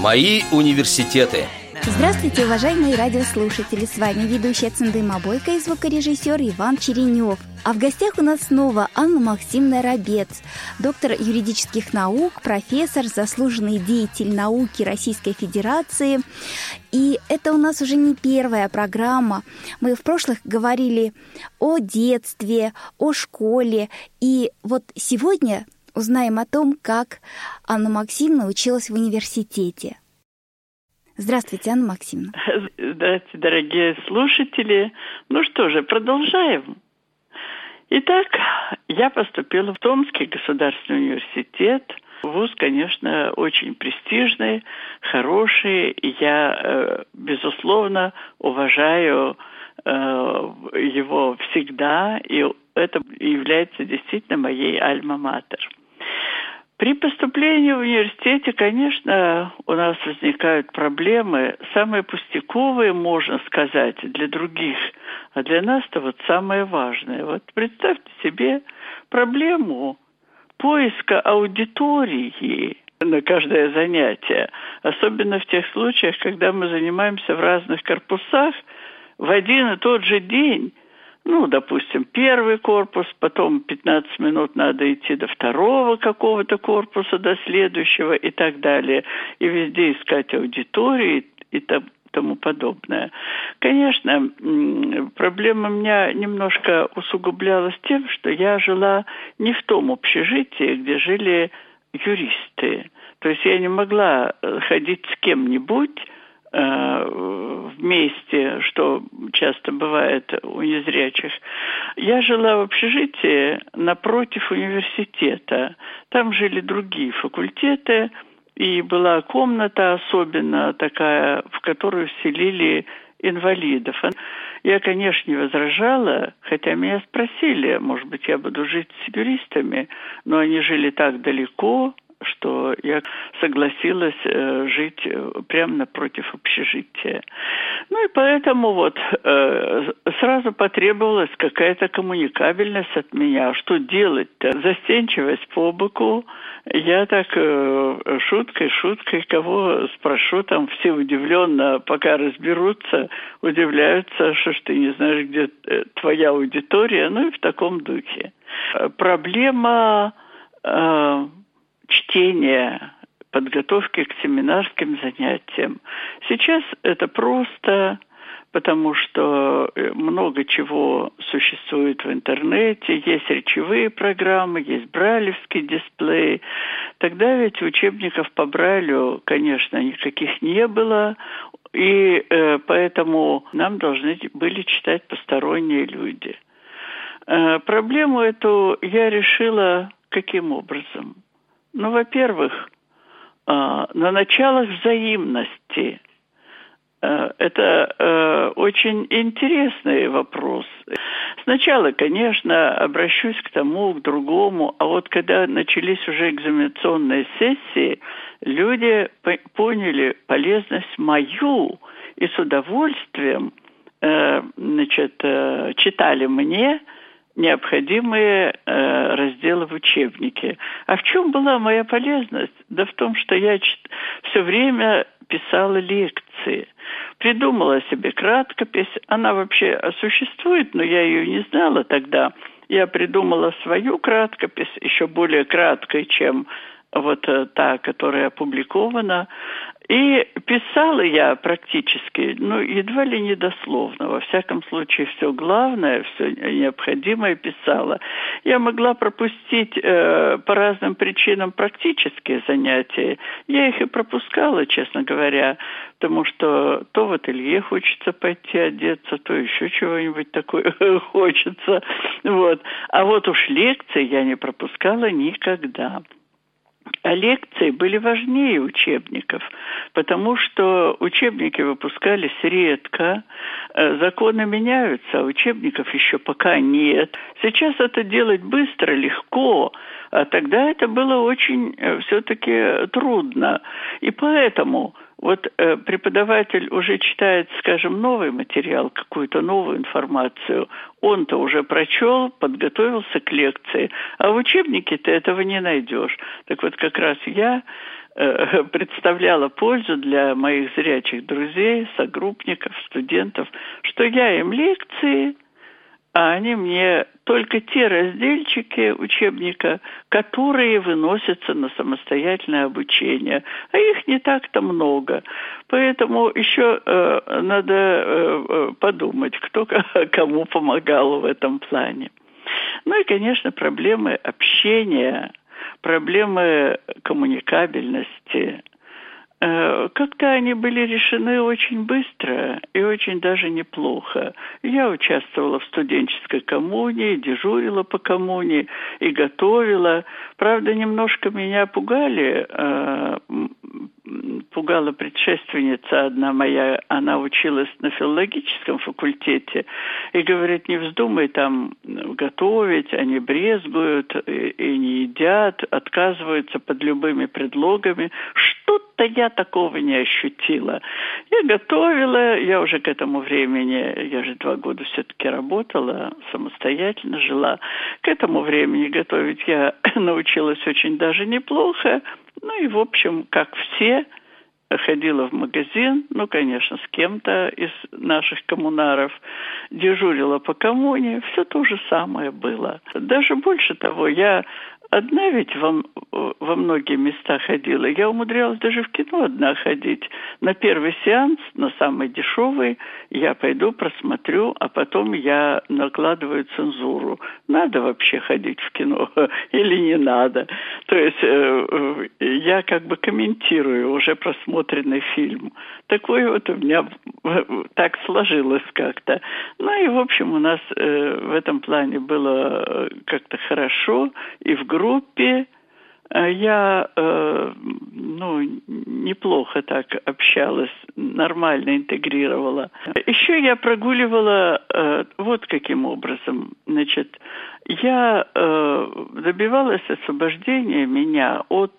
Мои университеты. Здравствуйте, уважаемые радиослушатели! С вами ведущая Цендыма Бойко и звукорежиссер Иван Черенев. А в гостях у нас снова Анна Максимовна Рабец, доктор юридических наук, профессор, заслуженный деятель науки Российской Федерации. И это у нас уже не первая программа. Мы в прошлых говорили о детстве, о школе. И вот сегодня узнаем о том, как Анна Максимовна училась в университете. Здравствуйте, Анна Максимовна. Здравствуйте, дорогие слушатели. Ну что же, продолжаем. Итак, я поступила в Томский государственный университет. Вуз, конечно, очень престижный, хороший. И я, безусловно, уважаю его всегда. И это является действительно моей альма-матер. При поступлении в университете, конечно, у нас возникают проблемы, самые пустяковые, можно сказать, для других, а для нас-то вот самое важное. Вот представьте себе проблему поиска аудитории на каждое занятие, особенно в тех случаях, когда мы занимаемся в разных корпусах в один и тот же день. Ну, допустим, первый корпус, потом 15 минут надо идти до второго какого-то корпуса, до следующего и так далее. И везде искать аудитории и тому подобное. Конечно, проблема меня немножко усугублялась тем, что я жила не в том общежитии, где жили юристы. То есть я не могла ходить с кем-нибудь вместе, что часто бывает у незрячих. Я жила в общежитии напротив университета. Там жили другие факультеты, и была комната особенно такая, в которую селили инвалидов. Я, конечно, не возражала, хотя меня спросили, может быть, я буду жить с юристами, но они жили так далеко, что я согласилась жить прямо напротив общежития. Ну и поэтому вот сразу потребовалась какая-то коммуникабельность от меня. Что делать-то? Застенчивость по боку. Я так шуткой, кого спрошу, там все удивленно, пока разберутся, удивляются, что ж ты не знаешь, где твоя аудитория. Ну и в таком духе. Проблема чтения, подготовки к семинарским занятиям. Сейчас это просто, потому что много чего существует в интернете, есть речевые программы, есть брайлевский дисплей. Тогда ведь учебников по Брайлю, конечно, никаких не было, и поэтому нам должны были читать посторонние люди. Проблему эту я решила каким образом? Ну, во-первых, на началах взаимности. Это очень интересный вопрос. Сначала, конечно, обращусь к тому, к другому, а вот когда начались уже экзаменационные сессии, люди поняли полезность мою и с удовольствием читали мне необходимые разделы в учебнике. А в чем была моя полезность? Да в том, что я все время писала лекции. Придумала себе краткопись. Она вообще существует, но я ее не знала тогда. Я придумала свою краткопись, еще более краткой, чем вот та, которая опубликована. И писала я практически, едва ли не дословно. Во всяком случае, все главное, все необходимое писала. Я могла пропустить по разным причинам практические занятия. Я их и пропускала, честно говоря, потому что то в ателье хочется пойти одеться, то еще чего-нибудь такое хочется. Вот. А вот уж лекции я не пропускала никогда. А лекции были важнее учебников, потому что учебники выпускались редко, законы меняются, а учебников еще пока нет. Сейчас это делать быстро, легко, а тогда это было очень все-таки трудно. И поэтому вот преподаватель уже читает, скажем, новый материал, какую-то новую информацию, он-то уже прочел, подготовился к лекции, а в учебнике ты этого не найдешь. Так вот, как раз я представляло пользу для моих зрячих друзей, согруппников, студентов, что я им лекции, а они мне только те разделчики учебника, которые выносятся на самостоятельное обучение. А их не так-то много. Поэтому еще надо подумать, кто кому помогал в этом плане. Ну и, конечно, проблемы общения, проблемы коммуникабельности. Как-то они были решены очень быстро и очень даже неплохо. Я участвовала в студенческой коммуне, дежурила по коммуне и готовила. Правда, немножко меня пугала предшественница одна моя, она училась на филологическом факультете, и говорит, не вздумай там готовить, они брезгуют и не едят, отказываются под любыми предлогами. Что-то я такого не ощутила. Я готовила, я уже к этому времени, я же 2 года все-таки работала, самостоятельно жила. К этому времени готовить я научилась очень даже неплохо. Ну и, в общем, как все, ходила в магазин, ну, конечно, с кем-то из наших коммунаров, дежурила по коммуне, все то же самое было. Даже больше того, я одна ведь во многие места ходила. Я умудрялась даже в кино одна ходить. На первый сеанс, на самый дешевый, я пойду просмотрю, а потом я накладываю цензуру. Надо вообще ходить в кино или не надо? То есть я как бы комментирую уже просмотренный фильм. Такое вот у меня так сложилось как-то. Ну и, в общем, у нас в этом плане было как-то хорошо. И в группе я, неплохо так общалась, нормально интегрировала. Еще я прогуливала вот каким образом. Значит, я добивалась освобождения меня от...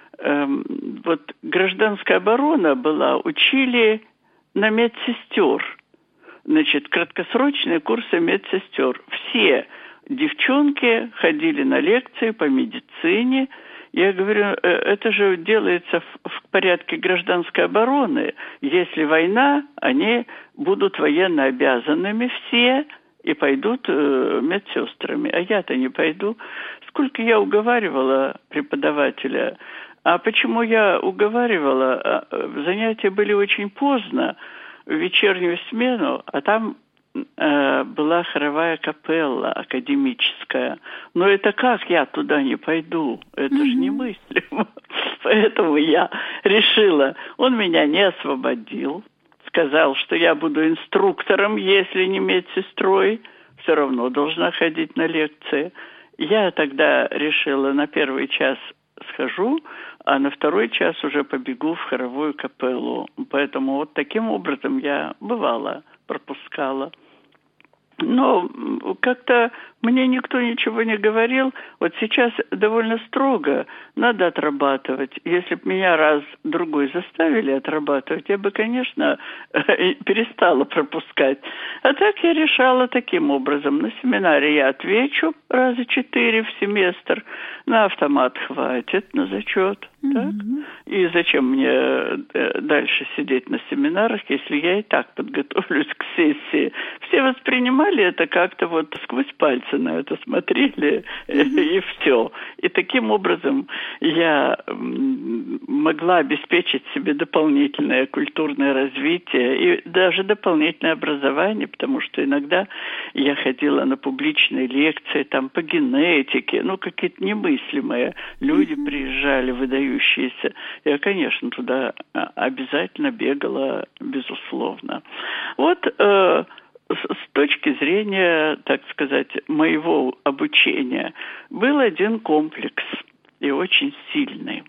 вот гражданская оборона была, учили на медсестер. Значит, краткосрочные курсы медсестер. Все девчонки ходили на лекции по медицине. Я говорю, это же делается в порядке гражданской обороны. Если война, они будут военно обязанными все и пойдут медсестрами. А я-то не пойду. Сколько я уговаривала преподавателя. А почему я уговаривала? Занятия были очень поздно, в вечернюю смену, а там была хоровая капелла академическая. Но это как я туда не пойду? Это же немыслимо. Поэтому я решила. Он меня не освободил. Сказал, что я буду инструктором, если не медсестрой. Все равно должна ходить на лекции. Я тогда решила, на первый час схожу, а на второй час уже побегу в хоровую капеллу. Поэтому вот таким образом я бывало пропускала. Но как-то мне никто ничего не говорил. Вот сейчас довольно строго надо отрабатывать. Если бы меня раз-другой заставили отрабатывать, я бы, конечно, перестала пропускать. А так я решала таким образом. На семинаре я отвечу раза 4 в семестр. На автомат хватит, на зачет. Так? И зачем мне дальше сидеть на семинарах, если я и так подготовлюсь к сессии? Все воспринимали это как-то вот сквозь пальцы на это смотрели, и все. И таким образом я могла обеспечить себе дополнительное культурное развитие и даже дополнительное образование, потому что иногда я ходила на публичные лекции там по генетике, какие-то немыслимые. Люди приезжали, выдающиеся. Я, конечно, туда обязательно бегала, безусловно. Вот с точки зрения, так сказать, моего обучения, был один комплекс, и очень сильный.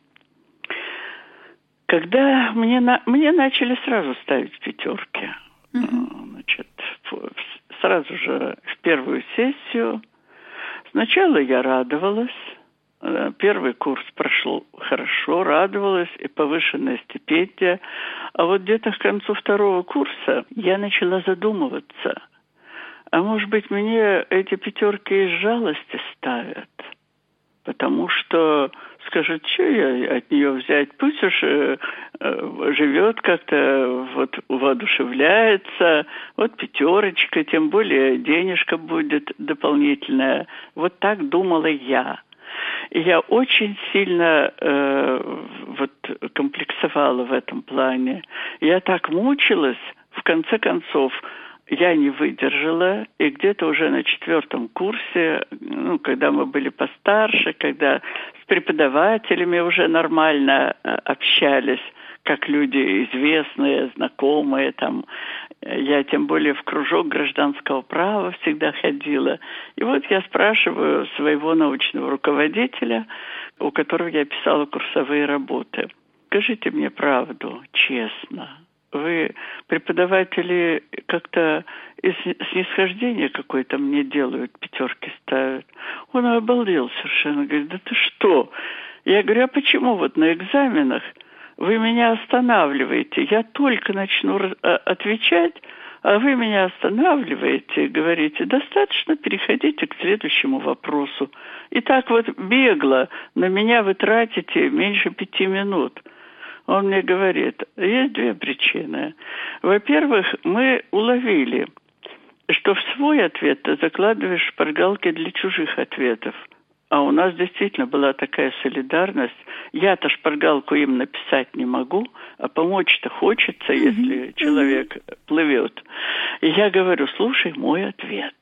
Когда мне начали сразу ставить 5, значит, сразу же в первую сессию. Сначала я радовалась. Первый курс прошел хорошо, радовалась, и повышенная стипендия. А вот где-то к концу 2 курса я начала задумываться. А может быть, мне эти 5 из жалости ставят? Потому что с скажут, что я от нее взять, пусть уж живет как-то, вот воодушевляется, вот 5, тем более денежка будет дополнительная. Вот так думала я. И я очень сильно комплексовала в этом плане. Я так мучилась, в конце концов, я не выдержала, и где-то уже на 4 курсе, когда мы были постарше, когда с преподавателями уже нормально общались, как люди известные, знакомые, там, я тем более в кружок гражданского права всегда ходила. И вот я спрашиваю своего научного руководителя, у которого я писала курсовые работы: скажите мне правду, честно, вы, преподаватели, как-то из снисхождения какое-то мне делают, 5 ставят. Он обалдел совершенно, говорит: да ты что? Я говорю: а почему вот на экзаменах вы меня останавливаете? Я только начну отвечать, а вы меня останавливаете и говорите: достаточно, переходите к следующему вопросу. И так вот бегло на меня вы тратите меньше 5 минут. Он мне говорит: есть 2 причины. Во-первых, мы уловили, что в свой ответ ты закладываешь шпаргалки для чужих ответов. А у нас действительно была такая солидарность. Я-то шпаргалку им написать не могу, а помочь-то хочется, если человек плывет. И я говорю: слушай мой ответ.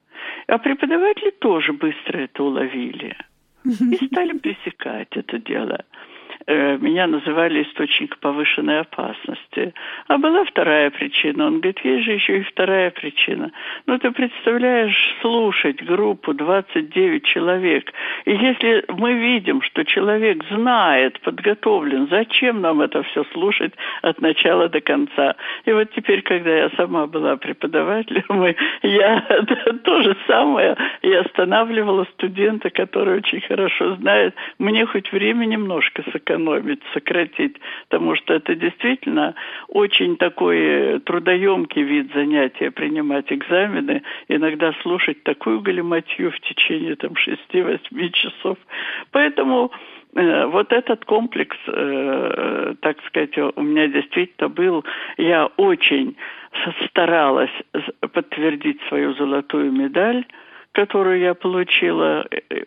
А преподаватели тоже быстро это уловили и стали пресекать это дело. Меня называли источник повышенной опасности. А была 2 причина. Он говорит: есть же еще и 2 причина. Ну, ты представляешь, слушать группу 29 человек. И если мы видим, что человек знает, подготовлен, зачем нам это все слушать от начала до конца? И вот теперь, когда я сама была преподавателем, я то же самое и останавливала студента, который очень хорошо знает. Мне хоть время немножко сократить, потому что это действительно очень такой трудоемкий вид занятия, принимать экзамены, иногда слушать такую галиматью в течение 6-8 часов. Поэтому вот этот комплекс, так сказать, у меня действительно был. Я очень старалась подтвердить свою золотую медаль, которую я получила,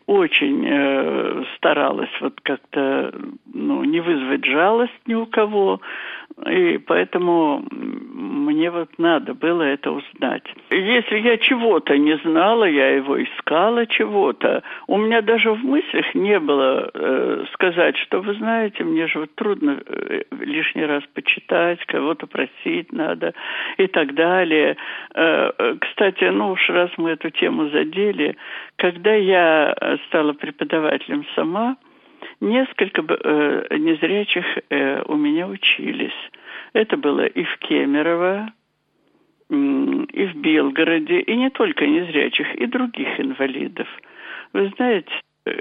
очень старалась вот как-то не вызвать жалость ни у кого, и поэтому мне вот надо было это узнать. Если я чего-то не знала, я его искала чего-то. У меня даже в мыслях не было сказать, что вы знаете, мне же вот трудно лишний раз почитать, кого-то просить надо и так далее. Кстати, уж раз мы эту тему задели, когда я стала преподавателем сама, несколько незрячих у меня учились. Это было и в Кемерово, и в Белгороде, и не только незрячих, и других инвалидов. Вы знаете,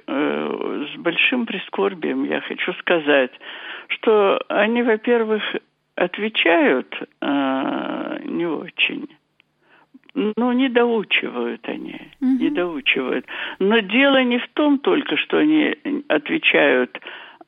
с большим прискорбием я хочу сказать, что они, во-первых, отвечают не очень. Не доучивают они, не доучивают. Но дело не в том только, что они отвечают,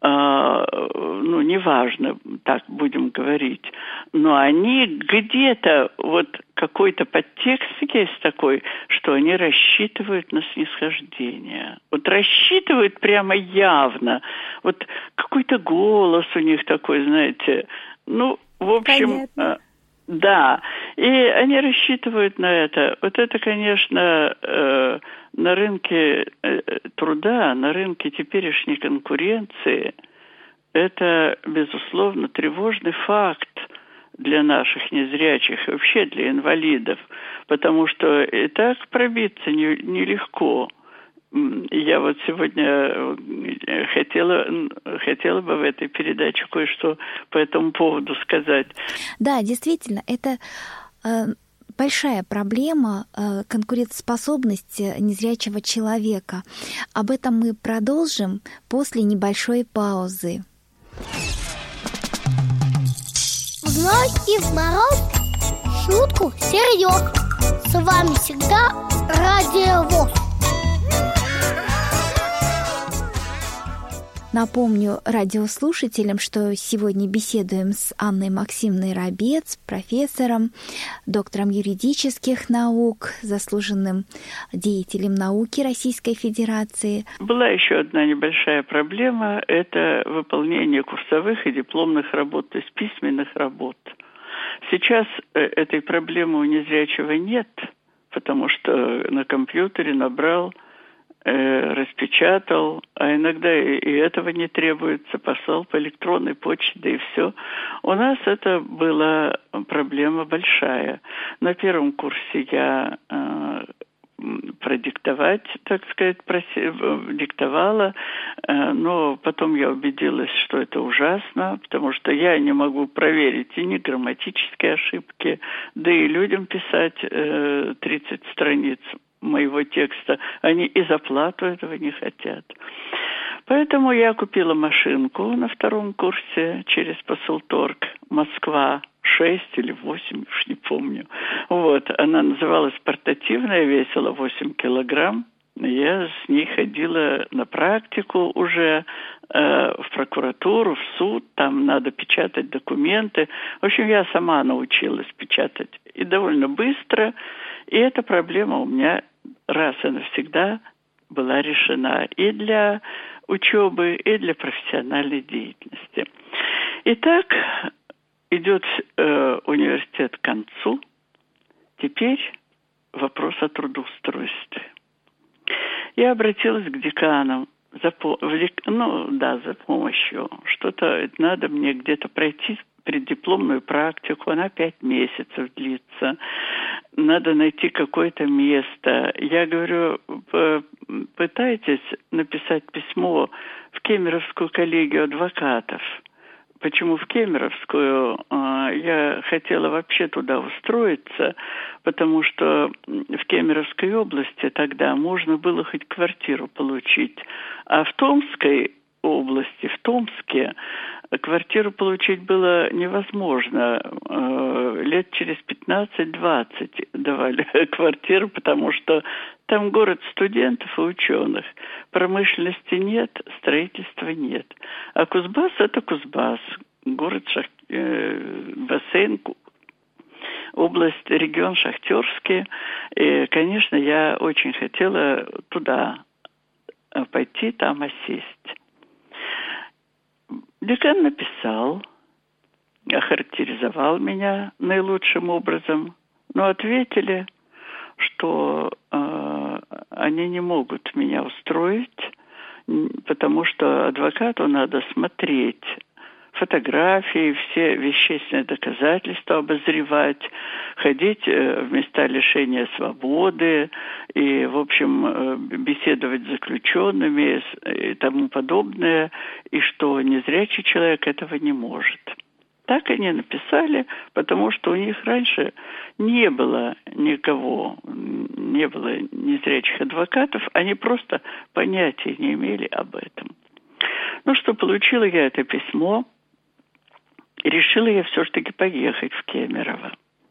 неважно, так будем говорить, но они где-то, вот какой-то подтекст есть такой, что они рассчитывают на снисхождение. Вот рассчитывают прямо явно. Вот какой-то голос у них такой, знаете, в общем... Понятно. Да, и они рассчитывают на это. Вот это, конечно, на рынке труда, на рынке теперешней конкуренции, это, безусловно, тревожный факт для наших незрячих, вообще для инвалидов, потому что и так пробиться нелегко. Я вот сегодня хотела бы в этой передаче кое-что по этому поводу сказать. Да, действительно, это большая проблема конкурентоспособности незрячего человека. Об этом мы продолжим после небольшой паузы. В ночь и в мороз шутку серьез. С вами всегда Радио ВОС. Напомню радиослушателям, что сегодня беседуем с Анной Максимовной Рабец, профессором, доктором юридических наук, заслуженным деятелем науки Российской Федерации. Была еще одна небольшая проблема – это выполнение курсовых и дипломных работ, то есть письменных работ. Сейчас этой проблемы у незрячего нет, потому что на компьютере набрал, распечатал, а иногда и этого не требуется, послал по электронной почте, да и все. У нас это была проблема большая. На первом курсе я продиктовать, так сказать, диктовала, но потом я убедилась, что это ужасно, потому что я не могу проверить и ни грамматические ошибки, да и людям писать 30 страниц моего текста, они и за плату этого не хотят. Поэтому я купила машинку на втором курсе через Посылторг Москва 6 или 8, уж не помню. Вот, она называлась портативная, весила 8 килограмм. Я с ней ходила на практику уже в прокуратуру, в суд, там надо печатать документы. В общем, я сама научилась печатать и довольно быстро. И эта проблема у меня раз и навсегда была решена и для учебы, и для профессиональной деятельности. Итак, идет университет к концу. Теперь вопрос о трудоустройстве. Я обратилась к деканам за помощью. Что-то надо мне где-то пройти преддипломную практику, она 5 месяцев длится. Надо найти какое-то место. Я говорю, пытайтесь написать письмо в Кемеровскую коллегию адвокатов. Почему в Кемеровскую? Я хотела вообще туда устроиться, потому что в Кемеровской области тогда можно было хоть квартиру получить. А в Томской области, в Томске, квартиру получить было невозможно. Лет через 15-20 давали квартиру, потому что там город студентов и ученых. Промышленности нет, строительства нет. А Кузбасс – это Кузбасс. Город бассейн, область, регион шахтерский. И, конечно, я очень хотела туда пойти, там осесть. Декан написал, охарактеризовал меня наилучшим образом, но ответили, что они не могут меня устроить, потому что адвокату надо смотреть фотографии, все вещественные доказательства обозревать, ходить в места лишения свободы и, в общем, беседовать с заключенными и тому подобное, и что незрячий человек этого не может. Так они написали, потому что у них раньше не было никого, не было незрячих адвокатов, они просто понятия не имели об этом. Ну что, получила я это письмо, и решила я все-таки поехать в Кемерово.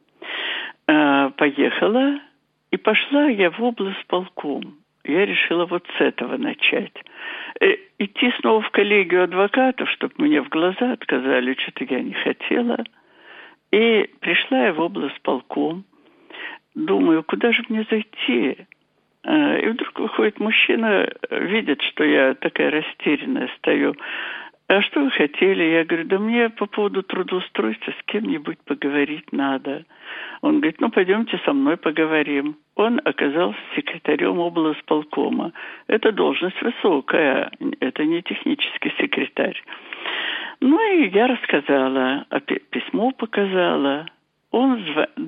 Поехала, и пошла я в облсполком. Я решила вот с этого начать. Идти снова в коллегию адвокатов, чтобы мне в глаза отказали, что-то я не хотела. И пришла я в облсполком. Думаю, куда же мне зайти? И вдруг выходит мужчина, видит, что я такая растерянная стою. А что вы хотели? Я говорю, да мне по поводу трудоустройства с кем-нибудь поговорить надо. Он говорит, ну пойдемте со мной поговорим. Он оказался секретарем облсполкома. Это должность высокая, это не технический секретарь. Ну и я рассказала, письмо показала. Он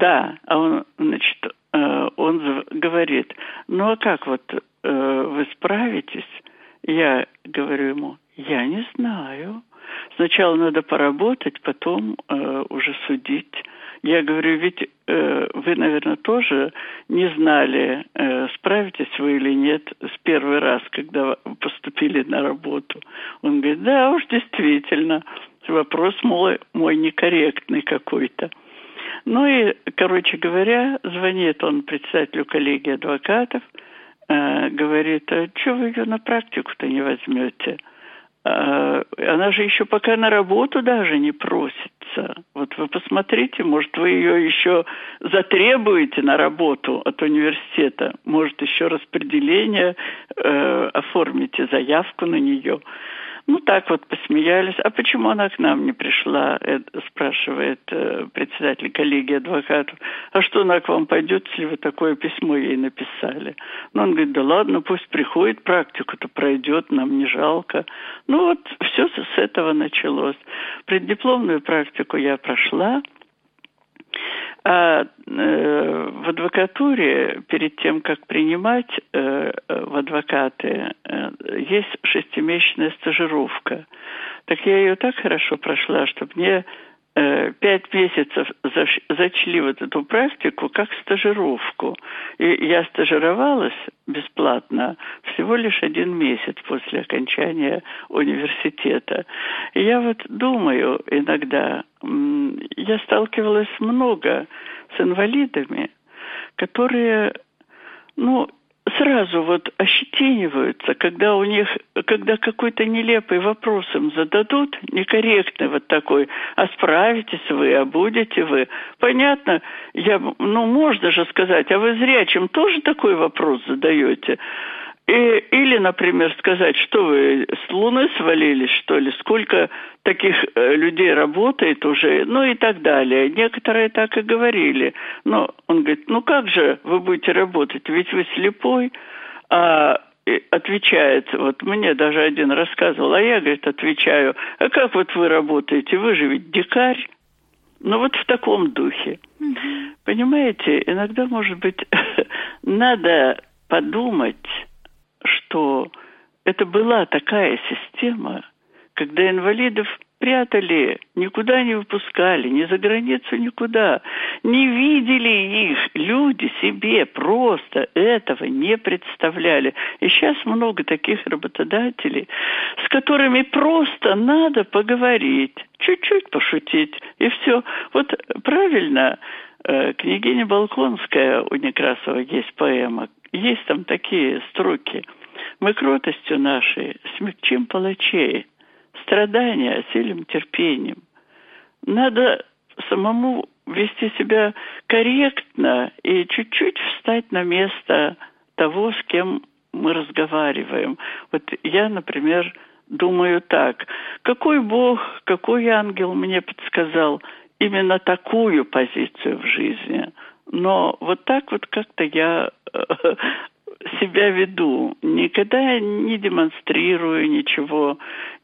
говорит, ну а как вот вы справитесь? Я говорю ему, я не знаю. Сначала надо поработать, потом уже судить. Я говорю, ведь вы, наверное, тоже не знали, справитесь вы или нет с первый раз, когда поступили на работу. Он говорит, да уж действительно, вопрос мой некорректный какой-то. Ну и, короче говоря, звонит он председателю коллегии адвокатов, говорит, а что вы ее на практику-то не возьмете? она же еще пока на работу даже не просится. Вот вы посмотрите, может, вы ее еще затребуете на работу от университета, может, еще распределение оформите, заявку на нее. Ну, так вот посмеялись. А почему она к нам не пришла, спрашивает председатель коллегии адвокатов. А что она к вам пойдет, если вы такое письмо ей написали? Ну, он говорит, да ладно, пусть приходит, практику-то пройдет, нам не жалко. Ну, вот все с этого началось. Преддипломную практику я прошла. А в адвокатуре, перед тем, как принимать в адвокаты, есть 6-месячная стажировка. Так я ее так хорошо прошла, что мне 5 месяцев зачли вот эту практику как стажировку. И я стажировалась бесплатно всего лишь 1 месяц после окончания университета. И я вот думаю иногда, я сталкивалась много с инвалидами, которые, сразу вот ощетиниваются, когда какой-то нелепый вопрос им зададут, некорректный вот такой, а справитесь вы, а будете вы. Понятно, можно же сказать, а вы зрячим тоже такой вопрос задаете? Или, например, сказать, что вы с Луны свалились, что ли, сколько таких людей работает уже, и так далее. Некоторые так и говорили. Но он говорит, как же вы будете работать, ведь вы слепой, отвечает, вот мне даже один рассказывал, а я, говорит, отвечаю, а как вот вы работаете, вы же ведь дикарь. Вот в таком духе. Понимаете, иногда, может быть, надо подумать, что это была такая система, когда инвалидов прятали, никуда не выпускали, ни за границу, никуда. Не видели их, люди себе просто этого не представляли. И сейчас много таких работодателей, с которыми просто надо поговорить, чуть-чуть пошутить, и все. Вот правильно, княгиня Болконская, у Некрасова есть поэма, есть там такие строки. Мы кротостью нашей смягчим палачей, страдания осилим терпением. Надо самому вести себя корректно и чуть-чуть встать на место того, с кем мы разговариваем. Вот я, например, думаю так. Какой Бог, какой ангел мне подсказал именно такую позицию в жизни? Но вот так вот как-то я себя веду. Никогда не демонстрирую ничего,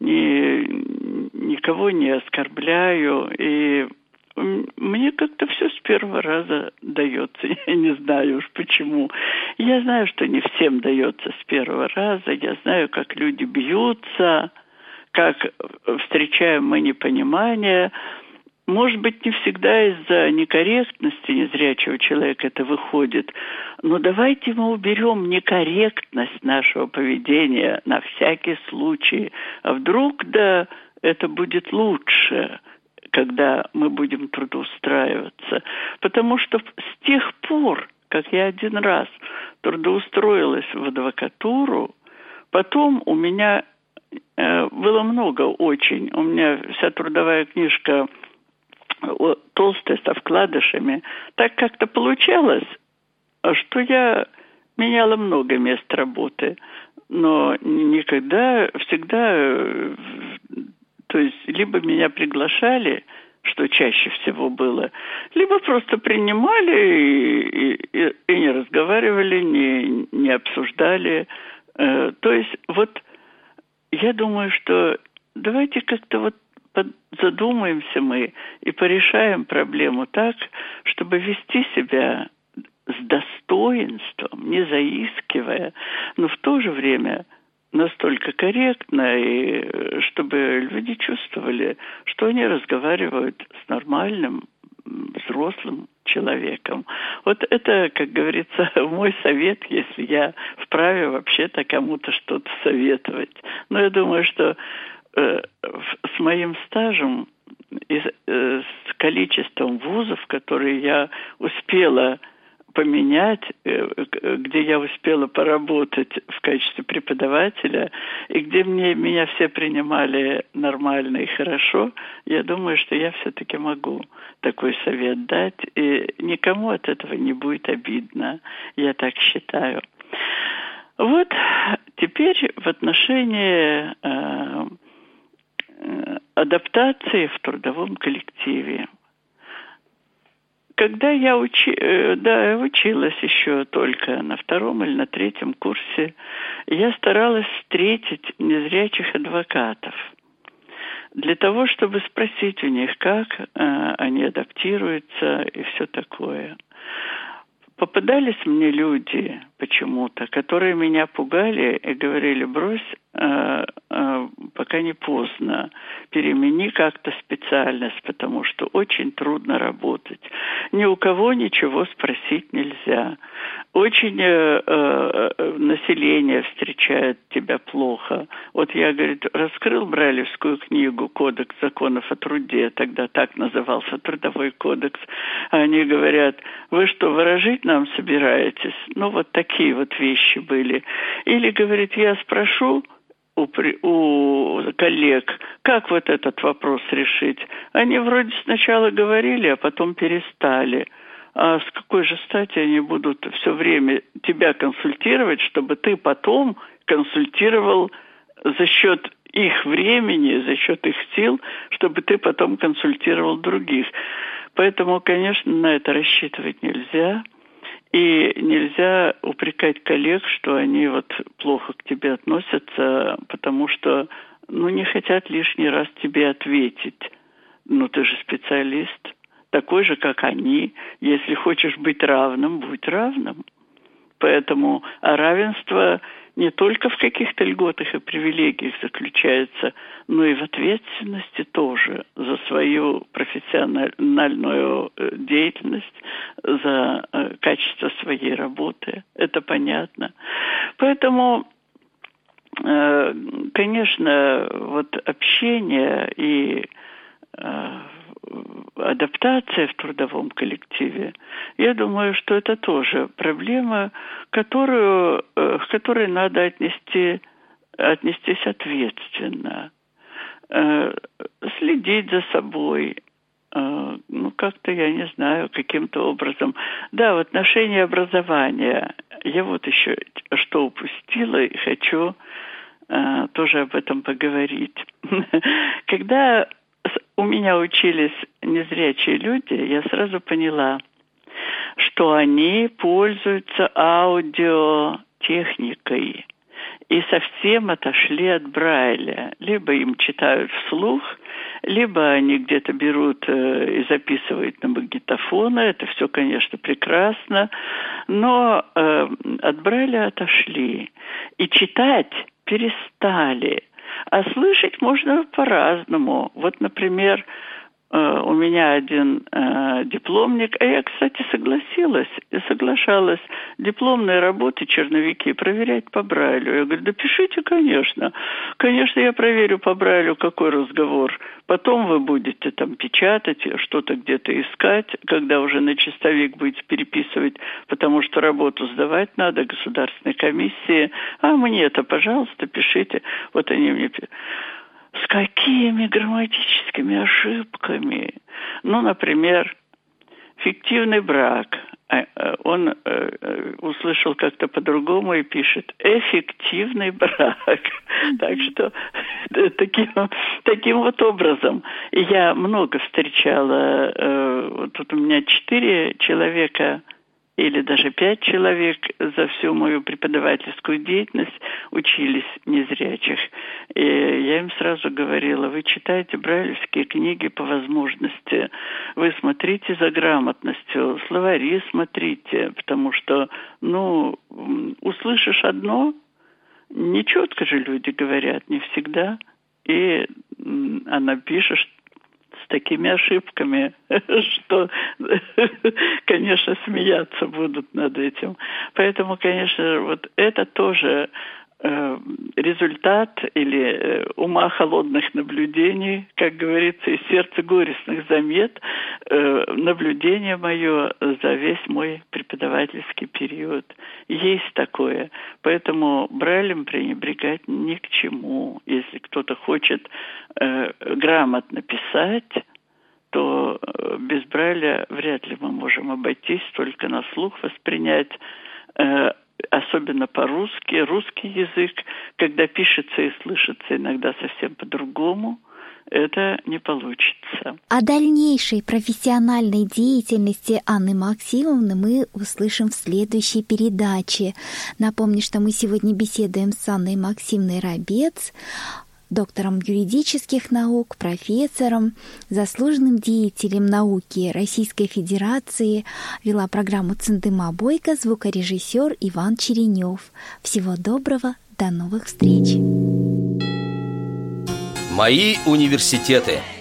никого не оскорбляю. И мне как-то все с первого раза дается. Я не знаю уж почему. Я знаю, что не всем дается с первого раза. Я знаю, как люди бьются, как встречаем мы непонимание. Может быть, не всегда из-за некорректности незрячего человека это выходит, но давайте мы уберем некорректность нашего поведения на всякий случай. А вдруг, это будет лучше, когда мы будем трудоустраиваться. Потому что с тех пор, как я 1 раз трудоустроилась в адвокатуру, потом у меня было много очень. У меня вся трудовая книжка толстая, со вкладышами. Так как-то получалось, что я меняла много мест работы, но никогда, всегда, то есть либо меня приглашали, что чаще всего было, либо просто принимали и не разговаривали, не обсуждали. То есть вот я думаю, что давайте как-то задумаемся мы и порешаем проблему так, чтобы вести себя с достоинством, не заискивая, но в то же время настолько корректно, и чтобы люди чувствовали, что они разговаривают с нормальным, взрослым человеком. Вот это, как говорится, мой совет, если я вправе вообще-то кому-то что-то советовать. Но я думаю, что с моим стажем и с количеством вузов, которые я успела поменять, где я успела поработать в качестве преподавателя, и где меня все принимали нормально и хорошо, я думаю, что я все-таки могу такой совет дать, и никому от этого не будет обидно, я так считаю. Вот теперь в отношении адаптации в трудовом коллективе. Когда я училась еще только на 2-м или на 3-м курсе, я старалась встретить незрячих адвокатов для того, чтобы спросить у них, как они адаптируются и все такое. Попадались мне люди почему-то, которые меня пугали и говорили: брось, пока не поздно, перемени как-то специальность, потому что очень трудно работать. Ни у кого ничего спросить нельзя. Очень население встречает тебя плохо. Вот я, говорит, раскрыл Брайлевскую книгу «Кодекс законов о труде», тогда так назывался Трудовой кодекс. Они говорят: вы что, выражить нам собираетесь? Ну, вот такие вот вещи были. Или, говорит, я спрошу у коллег, как вот этот вопрос решить. Они вроде сначала говорили, а потом перестали. А с какой же стати они будут все время тебя консультировать, чтобы ты потом консультировал за счет их времени, за счет их сил, чтобы ты потом консультировал других. Поэтому, конечно, на это рассчитывать нельзя. И нельзя упрекать коллег, что они вот плохо к тебе относятся, потому что, не хотят лишний раз тебе ответить. Ты же специалист, такой же, как они. Если хочешь быть равным, будь равным. Поэтому равенство не только в каких-то льготах и привилегиях заключается, но и в ответственности тоже за свою профессиональную деятельность, за качество своей работы. Это понятно. Поэтому, конечно, вот общение и адаптация в трудовом коллективе, я думаю, что это тоже проблема, к которой надо отнестись ответственно. Следить за собой, как-то, я не знаю, каким-то образом. Да, в отношении образования я вот еще что упустила и хочу тоже об этом поговорить. Когда у меня учились незрячие люди, я сразу поняла, что они пользуются аудиотехникой и совсем отошли от Брайля. Либо им читают вслух, либо они где-то берут и записывают на магнитофон. Это все, конечно, прекрасно, но от Брайля отошли. И читать перестали. А слышать можно по-разному. Вот, например, у меня один дипломник, а я, кстати, соглашалась дипломные работы, черновики проверять по Брайлю. Я говорю: да пишите, конечно. Конечно, я проверю по Брайлю, какой разговор. Потом вы будете там печатать, что-то где-то искать, когда уже на чистовик будете переписывать, потому что работу сдавать надо государственной комиссии. А мне-то, пожалуйста, пишите. Вот они мне пишут. С какими грамматическими ошибками? Например, фиктивный брак. Он услышал как-то по-другому и пишет «эффективный брак». Так что таким вот образом. И я много встречала, тут у меня 4 человека или даже 5 человек за всю мою преподавательскую деятельность учились незрячих. И я им сразу говорила: вы читайте брайлевские книги по возможности, вы смотрите за грамотностью, словари смотрите, потому что, услышишь одно, нечетко же люди говорят, не всегда, и она пишет с такими ошибками, что, конечно, смеяться будут над этим. Поэтому, конечно, вот это тоже результат или ума холодных наблюдений, как говорится, из сердца горестных замет, наблюдение мое за весь мой преподавательский период. Есть такое. Поэтому Брайлем пренебрегать ни к чему. Если кто-то хочет грамотно писать, то без Брайля вряд ли мы можем обойтись, только на слух воспринять, особенно по-русски. Русский язык, когда пишется и слышится иногда совсем по-другому, это не получится. О дальнейшей профессиональной деятельности Анны Максимовны мы услышим в следующей передаче. Напомню, что мы сегодня беседуем с Анной Максимовной Рабец, доктором юридических наук, профессором, заслуженным деятелем науки Российской Федерации. Вела программу Цындыма Бойко звукорежиссер Иван Черенев. Всего доброго, до новых встреч. Мои университеты.